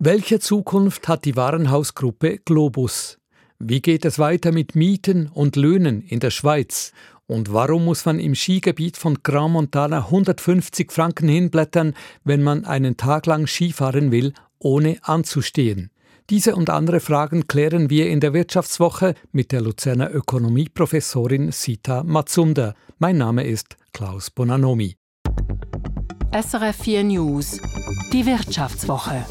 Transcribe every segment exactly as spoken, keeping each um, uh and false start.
Welche Zukunft hat die Warenhausgruppe Globus? Wie geht es weiter mit Mieten und Löhnen in der Schweiz? Und warum muss man im Skigebiet von Grand Montana hundertfünfzig Franken hinblättern, wenn man einen Tag lang Skifahren will, ohne anzustehen? Diese und andere Fragen klären wir in der Wirtschaftswoche mit der Luzerner Ökonomieprofessorin Sita Mazumder. Mein Name ist Klaus Bonanomi. S R F vier News, die Wirtschaftswoche.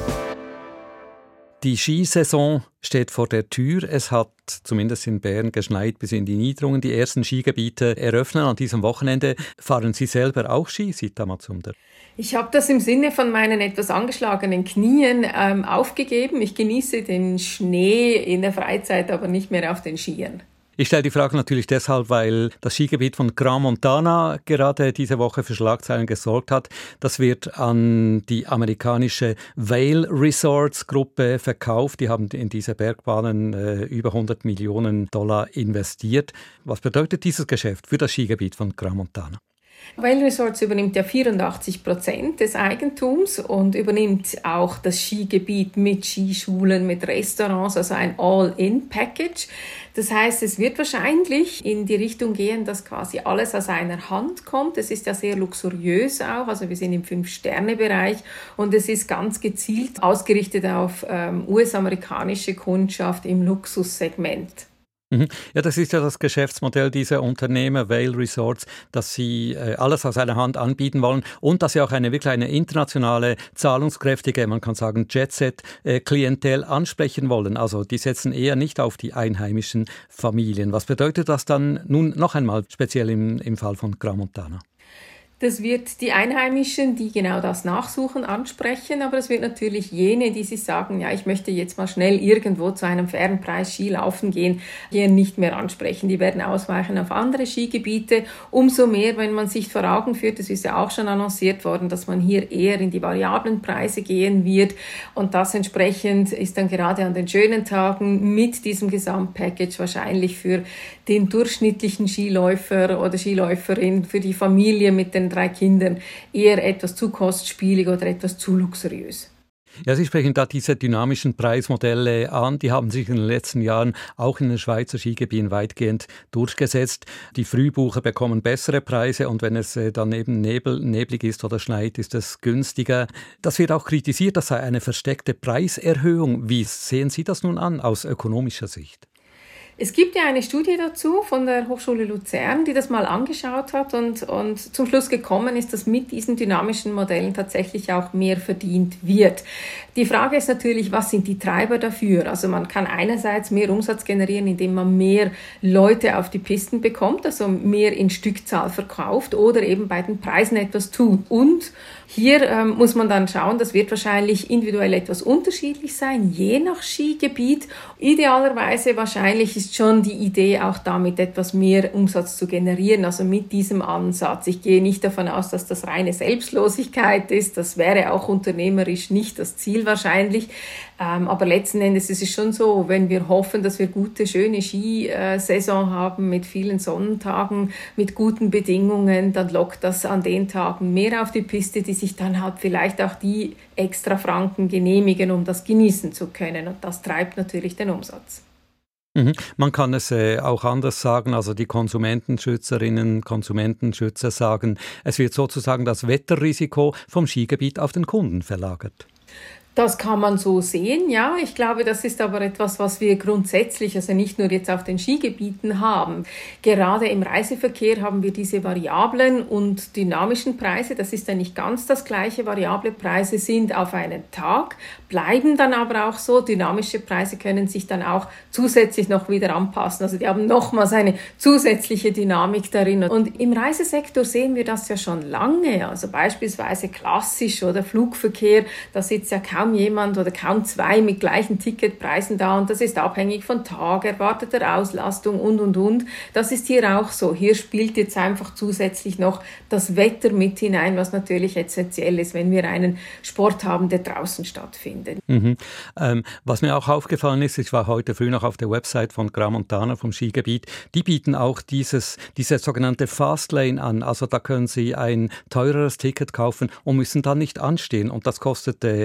Die Skisaison steht vor der Tür. Es hat zumindest in Bern geschneit bis in die Niederungen. Die ersten Skigebiete eröffnen an diesem Wochenende. Fahren Sie selber auch Ski, Sita Mazumder? Ich habe das im Sinne von meinen etwas angeschlagenen Knien ähm, aufgegeben. Ich genieße den Schnee in der Freizeit, aber nicht mehr auf den Skiern. Ich stelle die Frage natürlich deshalb, weil das Skigebiet von Grand Montana gerade diese Woche für Schlagzeilen gesorgt hat. Das wird an die amerikanische Vail Resorts Gruppe verkauft. Die haben in diese Bergbahnen äh, über hundert Millionen Dollar investiert. Was bedeutet dieses Geschäft für das Skigebiet von Grand Montana? Vail Resorts übernimmt ja vierundachtzig Prozent des Eigentums und übernimmt auch das Skigebiet mit Skischulen, mit Restaurants, also ein All-in-Package. Das heißt, es wird wahrscheinlich in die Richtung gehen, dass quasi alles aus einer Hand kommt. Es ist ja sehr luxuriös auch, also wir sind im Fünf-Sterne-Bereich und es ist ganz gezielt ausgerichtet auf ähm, U S-amerikanische Kundschaft im Luxussegment. Ja, das ist ja das Geschäftsmodell dieser Unternehmer, Vail Resorts, dass sie äh, alles aus einer Hand anbieten wollen und dass sie auch eine wirklich eine internationale, zahlungskräftige, man kann sagen Jet-Set-Klientel ansprechen wollen. Also die setzen eher nicht auf die einheimischen Familien. Was bedeutet das dann nun noch einmal speziell im, im Fall von Grand Montana? Das wird die Einheimischen, die genau das nachsuchen, ansprechen, aber es wird natürlich jene, die sich sagen, ja, ich möchte jetzt mal schnell irgendwo zu einem fairen Preis Ski laufen gehen, hier nicht mehr ansprechen. Die werden ausweichen auf andere Skigebiete. Umso mehr, wenn man sich vor Augen führt, das ist ja auch schon annonciert worden, dass man hier eher in die variablen Preise gehen wird und das entsprechend ist dann gerade an den schönen Tagen mit diesem Gesamtpackage wahrscheinlich für den durchschnittlichen Skiläufer oder Skiläuferin, für die Familie mit den drei Kindern eher etwas zu kostspielig oder etwas zu luxuriös. Ja, Sie sprechen da diese dynamischen Preismodelle an. Die haben sich in den letzten Jahren auch in den Schweizer Skigebieten weitgehend durchgesetzt. Die Frühbucher bekommen bessere Preise und wenn es dann eben nebel, neblig ist oder schneit, ist es günstiger. Das wird auch kritisiert, das sei eine versteckte Preiserhöhung. Wie sehen Sie das nun an aus ökonomischer Sicht? Es gibt ja eine Studie dazu von der Hochschule Luzern, die das mal angeschaut hat und, und zum Schluss gekommen ist, dass mit diesen dynamischen Modellen tatsächlich auch mehr verdient wird. Die Frage ist natürlich, was sind die Treiber dafür? Also man kann einerseits mehr Umsatz generieren, indem man mehr Leute auf die Pisten bekommt, also mehr in Stückzahl verkauft oder eben bei den Preisen etwas tut. Und hier ähm, muss man dann schauen, das wird wahrscheinlich individuell etwas unterschiedlich sein, je nach Skigebiet. Idealerweise wahrscheinlich ist schon die Idee, auch damit etwas mehr Umsatz zu generieren, also mit diesem Ansatz. Ich gehe nicht davon aus, dass das reine Selbstlosigkeit ist, das wäre auch unternehmerisch nicht das Ziel wahrscheinlich, ähm, aber letzten Endes ist es schon so, wenn wir hoffen, dass wir gute, schöne Skisaison haben mit vielen Sonnentagen, mit guten Bedingungen, dann lockt das an den Tagen mehr auf die Piste, die sich dann halt vielleicht auch die extra Franken genehmigen, um das genießen zu können und das treibt natürlich den Umsatz. Mhm. Man kann es äh, auch anders sagen, also die Konsumentenschützerinnen, Konsumentenschützer sagen, es wird sozusagen das Wetterrisiko vom Skigebiet auf den Kunden verlagert. Das kann man so sehen, ja. Ich glaube, das ist aber etwas, was wir grundsätzlich, also nicht nur jetzt auf den Skigebieten haben. Gerade im Reiseverkehr haben wir diese variablen und dynamischen Preise. Das ist ja nicht ganz das gleiche. Variable Preise sind auf einen Tag, bleiben dann aber auch so. Dynamische Preise können sich dann auch zusätzlich noch wieder anpassen. Also die haben nochmals eine zusätzliche Dynamik darin. Und im Reisesektor sehen wir das ja schon lange. Also beispielsweise klassisch oder Flugverkehr, da sitzt ja kaum jemand oder kaum zwei mit gleichen Ticketpreisen da und das ist abhängig von Tag, erwarteter Auslastung und, und, und. Das ist hier auch so. Hier spielt jetzt einfach zusätzlich noch das Wetter mit hinein, was natürlich essentiell ist, wenn wir einen Sport haben, der draußen stattfindet. Mhm. Ähm, was mir auch aufgefallen ist, ich war heute früh noch auf der Website von Grand Montana vom Skigebiet, die bieten auch dieses, diese sogenannte Fastlane an. Also da können Sie ein teureres Ticket kaufen und müssen dann nicht anstehen und das kostet äh, acht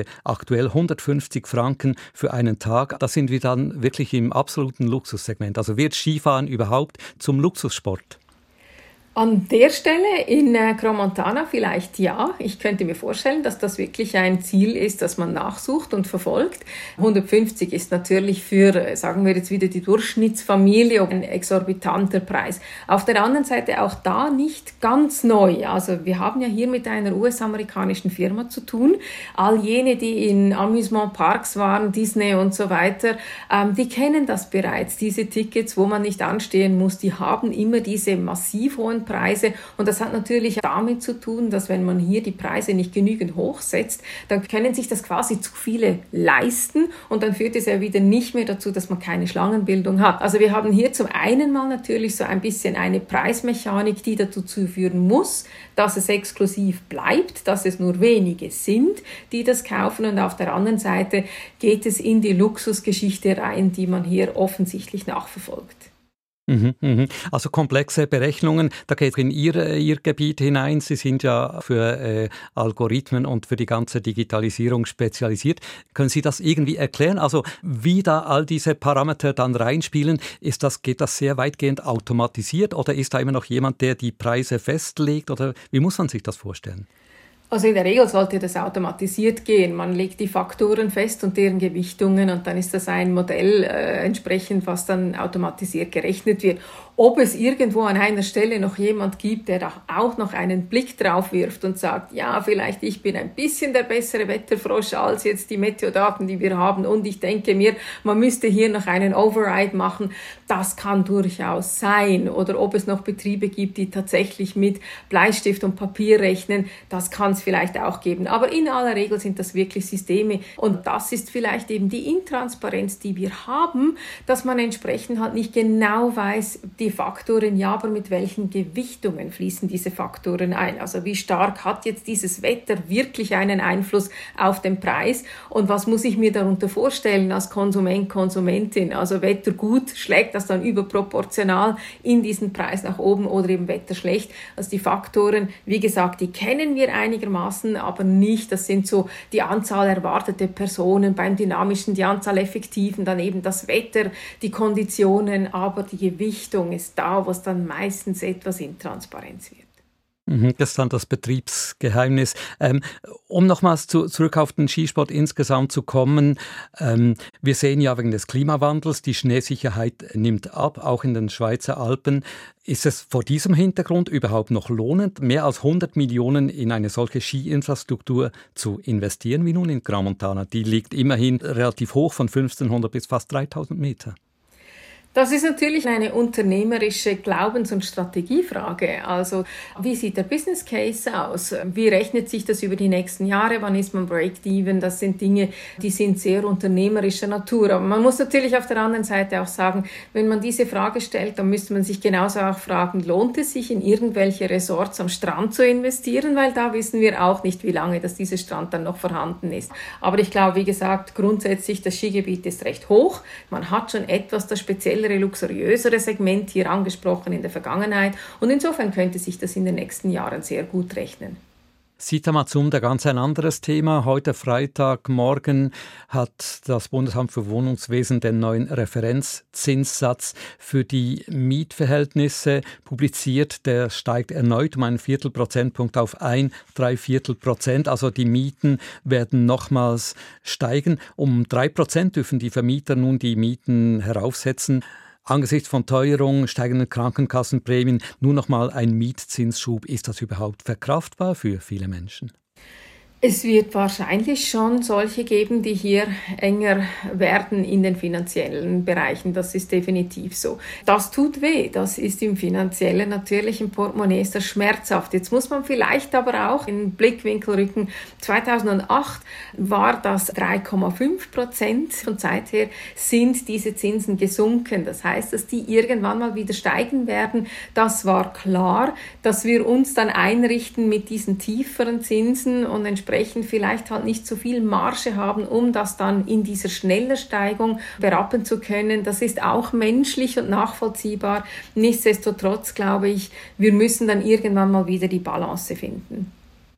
aktuell hundertfünfzig Franken für einen Tag. Da sind wir dann wirklich im absoluten Luxussegment. Also wird Skifahren überhaupt zum Luxussport? An der Stelle in äh, Crans-Montana vielleicht ja. Ich könnte mir vorstellen, dass das wirklich ein Ziel ist, das man nachsucht und verfolgt. hundertfünfzig ist natürlich für, äh, sagen wir jetzt wieder, die Durchschnittsfamilie ein exorbitanter Preis. Auf der anderen Seite auch da nicht ganz neu. Also wir haben ja hier mit einer U S-amerikanischen Firma zu tun. All jene, die in Amusement-Parks waren, Disney und so weiter, ähm, die kennen das bereits. Diese Tickets, wo man nicht anstehen muss, die haben immer diese massiv hohen Preise. Und das hat natürlich damit zu tun, dass wenn man hier die Preise nicht genügend hochsetzt, dann können sich das quasi zu viele leisten und dann führt es ja wieder nicht mehr dazu, dass man keine Schlangenbildung hat. Also wir haben hier zum einen mal natürlich so ein bisschen eine Preismechanik, die dazu führen muss, dass es exklusiv bleibt, dass es nur wenige sind, die das kaufen, und auf der anderen Seite geht es in die Luxusgeschichte rein, die man hier offensichtlich nachverfolgt. Mhm, mhm. Also komplexe Berechnungen, da geht in Ihr, Ihr Gebiet hinein. Sie sind ja für äh, Algorithmen und für die ganze Digitalisierung spezialisiert. Können Sie das irgendwie erklären? Also wie da all diese Parameter dann reinspielen, ist das, geht das sehr weitgehend automatisiert oder ist da immer noch jemand, der die Preise festlegt? Oder wie muss man sich das vorstellen? Also in der Regel sollte das automatisiert gehen. Man legt die Faktoren fest und deren Gewichtungen und dann ist das ein Modell äh, entsprechend, was dann automatisiert gerechnet wird. Ob es irgendwo an einer Stelle noch jemand gibt, der da auch noch einen Blick drauf wirft und sagt, ja, vielleicht ich bin ein bisschen der bessere Wetterfrosch als jetzt die Meteodaten, die wir haben, und ich denke mir, man müsste hier noch einen Override machen. Das kann durchaus sein. Oder ob es noch Betriebe gibt, die tatsächlich mit Bleistift und Papier rechnen, das kann es vielleicht auch geben. Aber in aller Regel sind das wirklich Systeme, und das ist vielleicht eben die Intransparenz, die wir haben, dass man entsprechend halt nicht genau weiß, die Faktoren, ja, aber mit welchen Gewichtungen fließen diese Faktoren ein? Also wie stark hat jetzt dieses Wetter wirklich einen Einfluss auf den Preis, und was muss ich mir darunter vorstellen als Konsument, Konsumentin? Also Wetter gut, schlägt das dann überproportional in diesen Preis nach oben oder eben Wetter schlecht? Also die Faktoren, wie gesagt, die kennen wir einigermaßen, aber nicht, das sind so die Anzahl erwartete Personen beim Dynamischen, die Anzahl Effektiven, dann eben das Wetter, die Konditionen, aber die Gewichtung ist da, wo es dann meistens etwas Intransparenz wird. Das ist dann das Betriebsgeheimnis. Ähm, um nochmals zu, zurück auf den Skisport insgesamt zu kommen, ähm, wir sehen ja wegen des Klimawandels, die Schneesicherheit nimmt ab, auch in den Schweizer Alpen. Ist es vor diesem Hintergrund überhaupt noch lohnend, mehr als hundert Millionen in eine solche Skiinfrastruktur zu investieren wie nun in Crans-Montana? Die liegt immerhin relativ hoch, von fünfzehnhundert bis fast dreitausend Meter. Das ist natürlich eine unternehmerische Glaubens- und Strategiefrage. Also wie sieht der Business Case aus? Wie rechnet sich das über die nächsten Jahre? Wann ist man Break-Even? Das sind Dinge, die sind sehr unternehmerischer Natur. Aber man muss natürlich auf der anderen Seite auch sagen, wenn man diese Frage stellt, dann müsste man sich genauso auch fragen, lohnt es sich in irgendwelche Resorts am Strand zu investieren? Weil da wissen wir auch nicht, wie lange dass dieser Strand dann noch vorhanden ist. Aber ich glaube, wie gesagt, grundsätzlich das Skigebiet ist recht hoch. Man hat schon etwas das spezielle luxuriösere Segment hier angesprochen in der Vergangenheit, und insofern könnte sich das in den nächsten Jahren sehr gut rechnen. Sita Mazumdar, ganz ein anderes Thema. Heute Freitagmorgen hat das Bundesamt für Wohnungswesen den neuen Referenzzinssatz für die Mietverhältnisse publiziert. Der steigt erneut um einen Viertelprozentpunkt auf ein Dreiviertel Prozent. Also die Mieten werden nochmals steigen. Um drei Prozent dürfen die Vermieter nun die Mieten heraufsetzen. Angesichts von Teuerung, steigenden Krankenkassenprämien, nur noch mal ein Mietzinsschub. Ist das überhaupt verkraftbar für viele Menschen? Es wird wahrscheinlich schon solche geben, die hier enger werden in den finanziellen Bereichen. Das ist definitiv so. Das tut weh. Das ist im finanziellen natürlich im Portemonnaie ist das schmerzhaft. Jetzt muss man vielleicht aber auch in den Blickwinkel rücken. zweitausendacht war das drei Komma fünf Prozent. Von Zeit her sind diese Zinsen gesunken. Das heißt, dass die irgendwann mal wieder steigen werden. Das war klar, dass wir uns dann einrichten mit diesen tieferen Zinsen und entsprechend vielleicht halt nicht so viel Marge haben, um das dann in dieser schneller Steigung berappen zu können. Das ist auch menschlich und nachvollziehbar. Nichtsdestotrotz glaube ich, wir müssen dann irgendwann mal wieder die Balance finden.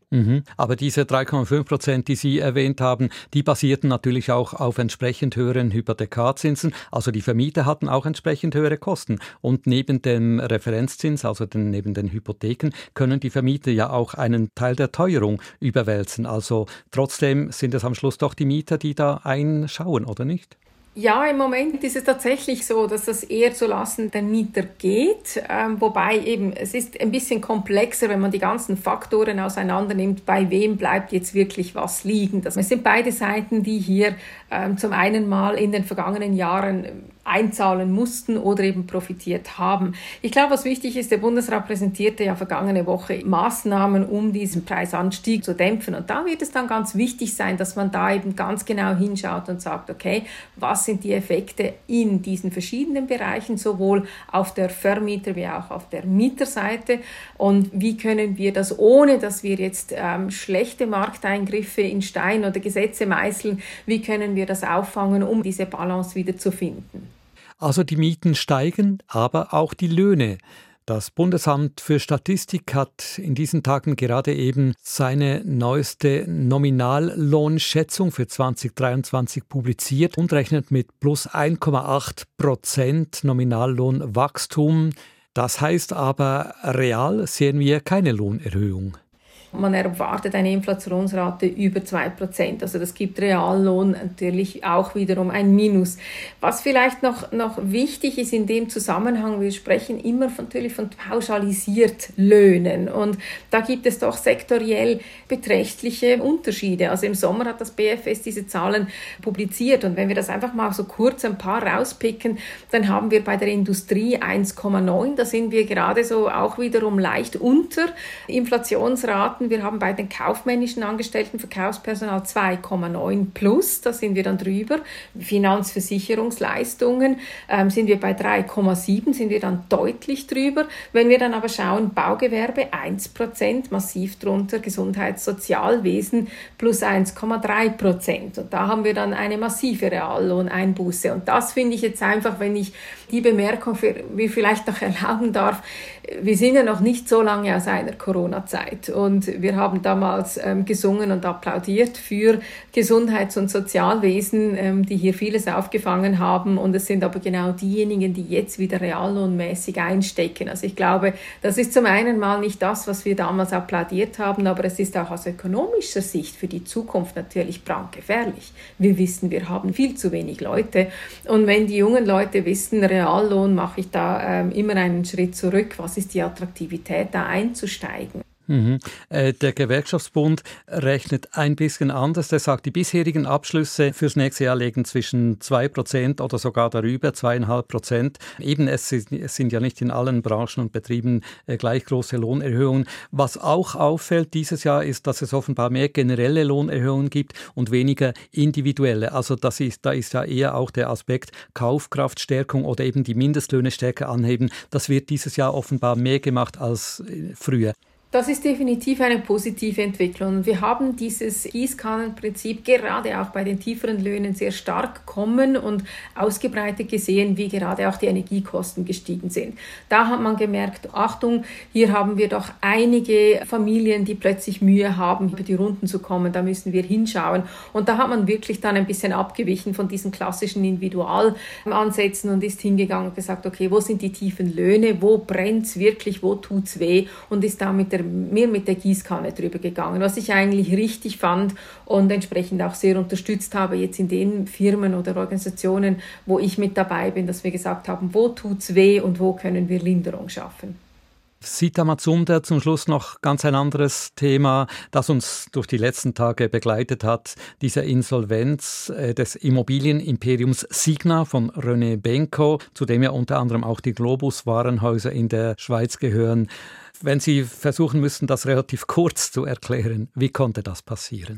Mhm. Aber diese drei Komma fünf Prozent, die Sie erwähnt haben, die basierten natürlich auch auf entsprechend höheren Hypothekarzinsen. Also die Vermieter hatten auch entsprechend höhere Kosten. Und neben dem Referenzzins, also den, neben den Hypotheken, können die Vermieter ja auch einen Teil der Teuerung überwälzen. Also trotzdem sind es am Schluss doch die Mieter, die da einschauen, oder nicht? Ja, im Moment ist es tatsächlich so, dass das eher zulasten der Mieter geht, ähm, wobei eben es ist ein bisschen komplexer, wenn man die ganzen Faktoren auseinander nimmt, bei wem bleibt jetzt wirklich was liegen. Das, es sind beide Seiten, die hier ähm, zum einen mal in den vergangenen Jahren einzahlen mussten oder eben profitiert haben. Ich glaube, was wichtig ist, der Bundesrat präsentierte ja vergangene Woche Maßnahmen, um diesen Preisanstieg zu dämpfen. Und da wird es dann ganz wichtig sein, dass man da eben ganz genau hinschaut und sagt, okay, was sind die Effekte in diesen verschiedenen Bereichen, sowohl auf der Vermieter- wie auch auf der Mieterseite, und wie können wir das, ohne dass wir jetzt ähm, schlechte Markteingriffe in Stein oder Gesetze meißeln, wie können wir das auffangen, um diese Balance wieder zu finden? Also die Mieten steigen, aber auch die Löhne. Das Bundesamt für Statistik hat in diesen Tagen gerade eben seine neueste Nominallohnschätzung für zwanzig dreiundzwanzig publiziert und rechnet mit plus eins Komma acht Prozent Nominallohnwachstum. Das heißt aber, real sehen wir keine Lohnerhöhung. Man erwartet eine Inflationsrate über zwei Prozent. Also das gibt Reallohn natürlich auch wiederum ein Minus. Was vielleicht noch, noch wichtig ist in dem Zusammenhang, wir sprechen immer von, natürlich von pauschalisiert Löhnen. Und da gibt es doch sektoriell beträchtliche Unterschiede. Also im Sommer hat das B F S diese Zahlen publiziert. Und wenn wir das einfach mal so kurz ein paar rauspicken, dann haben wir bei der Industrie eins Komma neun. Da sind wir gerade so auch wiederum leicht unter Inflationsraten. Wir haben bei den kaufmännischen Angestellten Verkaufspersonal zwei Komma neun plus, da sind wir dann drüber. Finanzversicherungsleistungen ähm, sind wir bei drei Komma sieben, sind wir dann deutlich drüber. Wenn wir dann aber schauen, Baugewerbe eins Prozent, massiv drunter, Gesundheitssozialwesen plus eins Komma drei Prozent. Und da haben wir dann eine massive Reallohneinbuße. Und das finde ich jetzt einfach, wenn ich die Bemerkung für, wie vielleicht noch erlauben darf, wir sind ja noch nicht so lange aus einer Corona-Zeit und wir haben damals ähm, gesungen und applaudiert für Gesundheits- und Sozialwesen, ähm, die hier vieles aufgefangen haben, und es sind aber genau diejenigen, die jetzt wieder reallohnmäßig einstecken. Also ich glaube, das ist zum einen mal nicht das, was wir damals applaudiert haben, aber es ist auch aus ökonomischer Sicht für die Zukunft natürlich brandgefährlich. Wir wissen, wir haben viel zu wenig Leute, und wenn die jungen Leute wissen, Reallohn, mache ich da ähm, immer einen Schritt zurück. Was ist die Attraktivität, da einzusteigen? Mhm. Äh, der Gewerkschaftsbund rechnet ein bisschen anders. Der sagt, die bisherigen Abschlüsse fürs nächste Jahr liegen zwischen zwei Prozent oder sogar darüber, zwei Komma fünf Prozent. Eben, es, es sind ja nicht in allen Branchen und Betrieben äh, gleich große Lohnerhöhungen. Was auch auffällt dieses Jahr ist, dass es offenbar mehr generelle Lohnerhöhungen gibt und weniger individuelle. Also das ist, da ist ja eher auch der Aspekt Kaufkraftstärkung oder eben die Mindestlöhne stärker anheben. Das wird dieses Jahr offenbar mehr gemacht als äh, früher. Das ist definitiv eine positive Entwicklung. Wir haben dieses Gießkannenprinzip gerade auch bei den tieferen Löhnen sehr stark kommen und ausgebreitet gesehen, wie gerade auch die Energiekosten gestiegen sind. Da hat man gemerkt, Achtung, hier haben wir doch einige Familien, die plötzlich Mühe haben, über die Runden zu kommen. Da müssen wir hinschauen. Und da hat man wirklich dann ein bisschen abgewichen von diesen klassischen Individualansätzen und ist hingegangen und gesagt, okay, wo sind die tiefen Löhne, wo brennt's wirklich, wo tut's weh, und ist damit der mir mit der Gießkanne drüber gegangen, was ich eigentlich richtig fand und entsprechend auch sehr unterstützt habe jetzt in den Firmen oder Organisationen, wo ich mit dabei bin, dass wir gesagt haben, wo tut's weh und wo können wir Linderung schaffen. Sita Mazumder, zum Schluss noch ganz ein anderes Thema, das uns durch die letzten Tage begleitet hat. Diese Insolvenz äh, des Immobilienimperiums Signa von René Benko, zu dem ja unter anderem auch die Globus-Warenhäuser in der Schweiz gehören. Wenn Sie versuchen müssten, das relativ kurz zu erklären, wie konnte das passieren?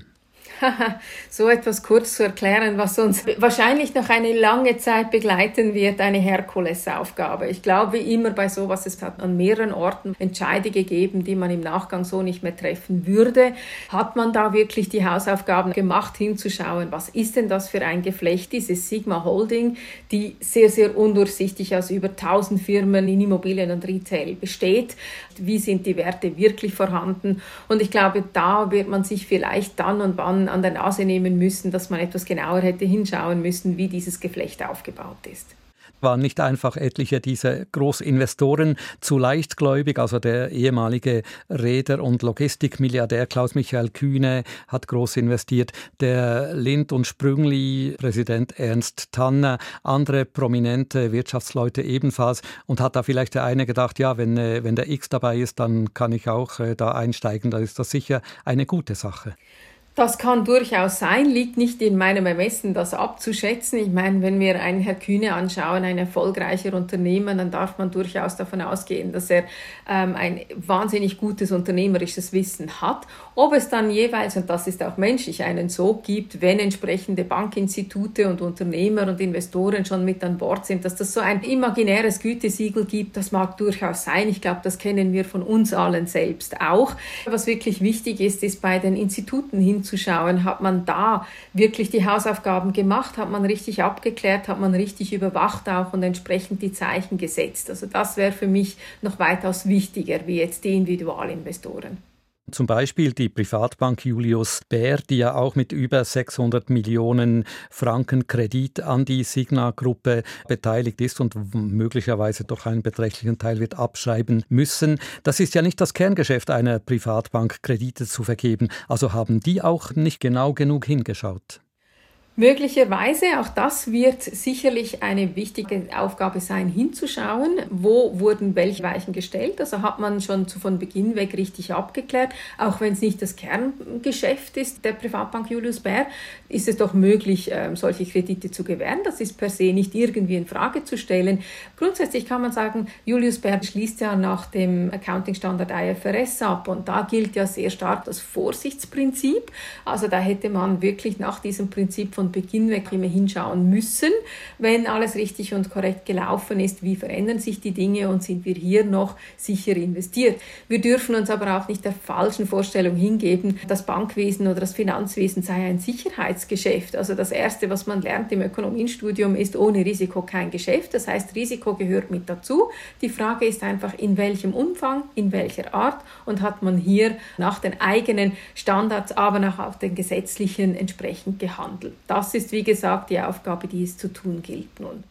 So etwas kurz zu erklären, was uns wahrscheinlich noch eine lange Zeit begleiten wird, eine Herkulesaufgabe. Ich glaube, wie immer bei sowas, es hat an mehreren Orten Entscheide gegeben, die man im Nachgang so nicht mehr treffen würde. Hat man da wirklich die Hausaufgaben gemacht, hinzuschauen, was ist denn das für ein Geflecht, dieses Sigma Holding, die sehr, sehr undurchsichtig aus über tausend Firmen in Immobilien und Retail besteht. Wie sind die Werte wirklich vorhanden? Und ich glaube, da wird man sich vielleicht dann und wann an der Nase nehmen müssen, dass man etwas genauer hätte hinschauen müssen, wie dieses Geflecht aufgebaut ist. Waren nicht einfach etliche dieser Großinvestoren zu leichtgläubig? Also der ehemalige Reeder- und Logistikmilliardär Klaus-Michael Kühne hat groß investiert, der Lindt und Sprüngli-Präsident Ernst Tanner, andere prominente Wirtschaftsleute ebenfalls. Und hat da vielleicht der eine gedacht, ja, wenn, wenn der X dabei ist, dann kann ich auch da einsteigen. Dann ist das sicher eine gute Sache. Das kann durchaus sein, liegt nicht in meinem Ermessen, das abzuschätzen. Ich meine, wenn wir einen Herrn Kühne anschauen, ein erfolgreicher Unternehmer, dann darf man durchaus davon ausgehen, dass er ähm, ein wahnsinnig gutes unternehmerisches Wissen hat. Ob es dann jeweils, und das ist auch menschlich, einen Sog gibt, wenn entsprechende Bankinstitute und Unternehmer und Investoren schon mit an Bord sind, dass das so ein imaginäres Gütesiegel gibt, das mag durchaus sein. Ich glaube, das kennen wir von uns allen selbst auch. Was wirklich wichtig ist, ist bei den Instituten hin zu schauen, hat man da wirklich die Hausaufgaben gemacht, hat man richtig abgeklärt, hat man richtig überwacht auch und entsprechend die Zeichen gesetzt. Also das wäre für mich noch weitaus wichtiger wie jetzt die Individualinvestoren. Zum Beispiel die Privatbank Julius Baer, die ja auch mit über sechshundert Millionen Franken Kredit an die Signa-Gruppe beteiligt ist und möglicherweise doch einen beträchtlichen Teil wird abschreiben müssen. Das ist ja nicht das Kerngeschäft einer Privatbank, Kredite zu vergeben. Also haben die auch nicht genau genug hingeschaut. Möglicherweise, auch das wird sicherlich eine wichtige Aufgabe sein, hinzuschauen, wo wurden welche Weichen gestellt. Also hat man schon von Beginn weg richtig abgeklärt, auch wenn es nicht das Kerngeschäft ist der Privatbank Julius Baer, ist es doch möglich, solche Kredite zu gewähren. Das ist per se nicht irgendwie in Frage zu stellen. Grundsätzlich kann man sagen, Julius Baer schließt ja nach dem Accounting-Standard I F R S ab und da gilt ja sehr stark das Vorsichtsprinzip. Also da hätte man wirklich nach diesem Prinzip von Beginn weg immer hinschauen müssen, wenn alles richtig und korrekt gelaufen ist, wie verändern sich die Dinge und sind wir hier noch sicher investiert. Wir dürfen uns aber auch nicht der falschen Vorstellung hingeben, das Bankwesen oder das Finanzwesen sei ein Sicherheitsgeschäft. Also das Erste, was man lernt im Ökonomiestudium, ist ohne Risiko kein Geschäft. Das heißt, Risiko gehört mit dazu. Die Frage ist einfach, in welchem Umfang, in welcher Art und hat man hier nach den eigenen Standards, aber auch auf den gesetzlichen entsprechend gehandelt. Das ist, wie gesagt, die Aufgabe, die es zu tun gilt nun.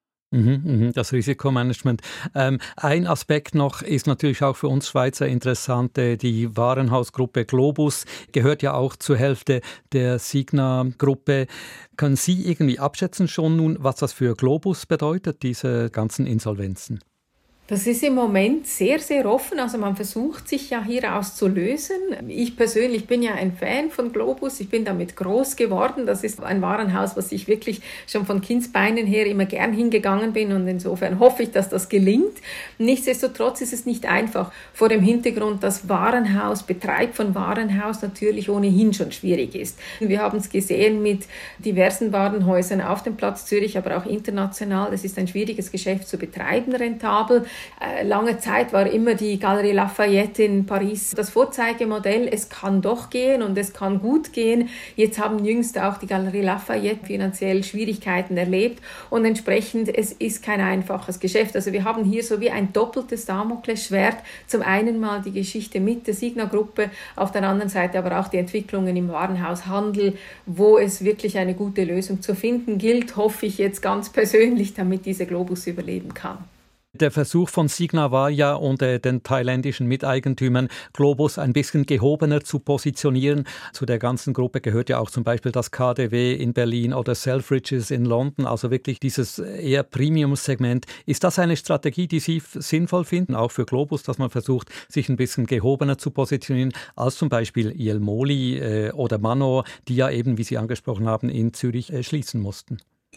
Das Risikomanagement. Ähm, ein Aspekt noch ist natürlich auch für uns Schweizer interessant. Die Warenhausgruppe Globus gehört ja auch zur Hälfte der Signa-Gruppe. Können Sie irgendwie abschätzen schon nun, was das für Globus bedeutet, diese ganzen Insolvenzen? Das ist im Moment sehr, sehr offen. Also man versucht sich ja hieraus zu lösen. Ich persönlich bin ja ein Fan von Globus. Ich bin damit groß geworden. Das ist ein Warenhaus, was ich wirklich schon von Kindsbeinen her immer gern hingegangen bin. Und insofern hoffe ich, dass das gelingt. Nichtsdestotrotz ist es nicht einfach. Vor dem Hintergrund, dass Warenhaus, Betreib von Warenhaus natürlich ohnehin schon schwierig ist. Wir haben es gesehen mit diversen Warenhäusern auf dem Platz Zürich, aber auch international. Es ist ein schwieriges Geschäft zu betreiben, rentabel. Äh, lange Zeit war immer die Galerie Lafayette in Paris das Vorzeigemodell. Es kann doch gehen und es kann gut gehen. Jetzt haben jüngst auch die Galerie Lafayette finanziell Schwierigkeiten erlebt und entsprechend, es ist kein einfaches Geschäft. Also wir haben hier so wie ein doppeltes Damoklesschwert. Zum einen mal die Geschichte mit der Signa-Gruppe, auf der anderen Seite aber auch die Entwicklungen im Warenhaushandel, wo es wirklich eine gute Lösung zu finden gilt, hoffe ich jetzt ganz persönlich, damit diese Globus überleben kann. Der Versuch von Signa war ja unter den thailändischen Miteigentümern Globus ein bisschen gehobener zu positionieren. Zu der ganzen Gruppe gehört ja auch zum Beispiel das K D W in Berlin oder Selfridges in London, also wirklich dieses eher Premium-Segment. Ist das eine Strategie, die Sie sinnvoll finden, auch für Globus, dass man versucht, sich ein bisschen gehobener zu positionieren, als zum Beispiel Jelmoli äh, oder Manor, die ja eben, wie Sie angesprochen haben, in Zürich äh, schließen mussten?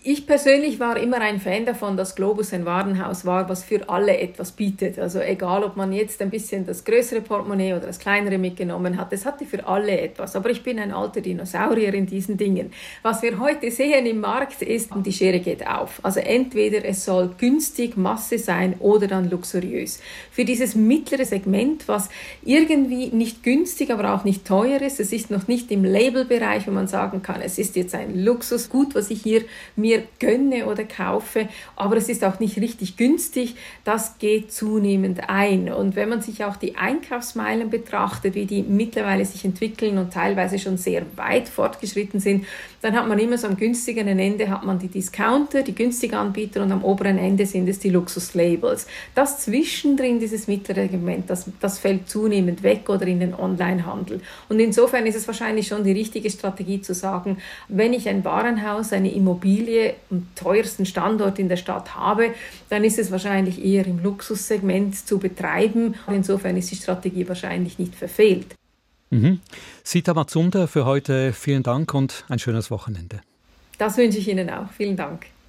Ich persönlich war immer ein Fan davon, dass Globus ein Warenhaus war, was für alle etwas bietet. Also egal, ob man jetzt ein bisschen das größere Portemonnaie oder das kleinere mitgenommen hat, es hatte für alle etwas. Aber ich bin ein alter Dinosaurier in diesen Dingen. Was wir heute sehen im Markt ist, die Schere geht auf. Also entweder es soll günstig, Masse sein oder dann luxuriös. Für dieses mittlere Segment, was irgendwie nicht günstig, aber auch nicht teuer ist, es ist noch nicht im Labelbereich, wo man sagen kann, es ist jetzt ein Luxusgut, was ich hier mir gönne oder kaufe, aber es ist auch nicht richtig günstig, das geht zunehmend ein. Und wenn man sich auch die Einkaufsmeilen betrachtet, wie die mittlerweile sich entwickeln und teilweise schon sehr weit fortgeschritten sind, dann hat man immer so am günstigeren Ende hat man die Discounter, die günstigen Anbieter und am oberen Ende sind es die Luxuslabels. Das zwischendrin, dieses mittlere Segment, das, das fällt zunehmend weg oder in den Onlinehandel. Und insofern ist es wahrscheinlich schon die richtige Strategie zu sagen, wenn ich ein Warenhaus, eine Immobilie am teuersten Standort in der Stadt habe, dann ist es wahrscheinlich eher im Luxussegment zu betreiben. Insofern ist die Strategie wahrscheinlich nicht verfehlt. Mhm. Sita Mazumder, für heute vielen Dank und ein schönes Wochenende. Das wünsche ich Ihnen auch. Vielen Dank.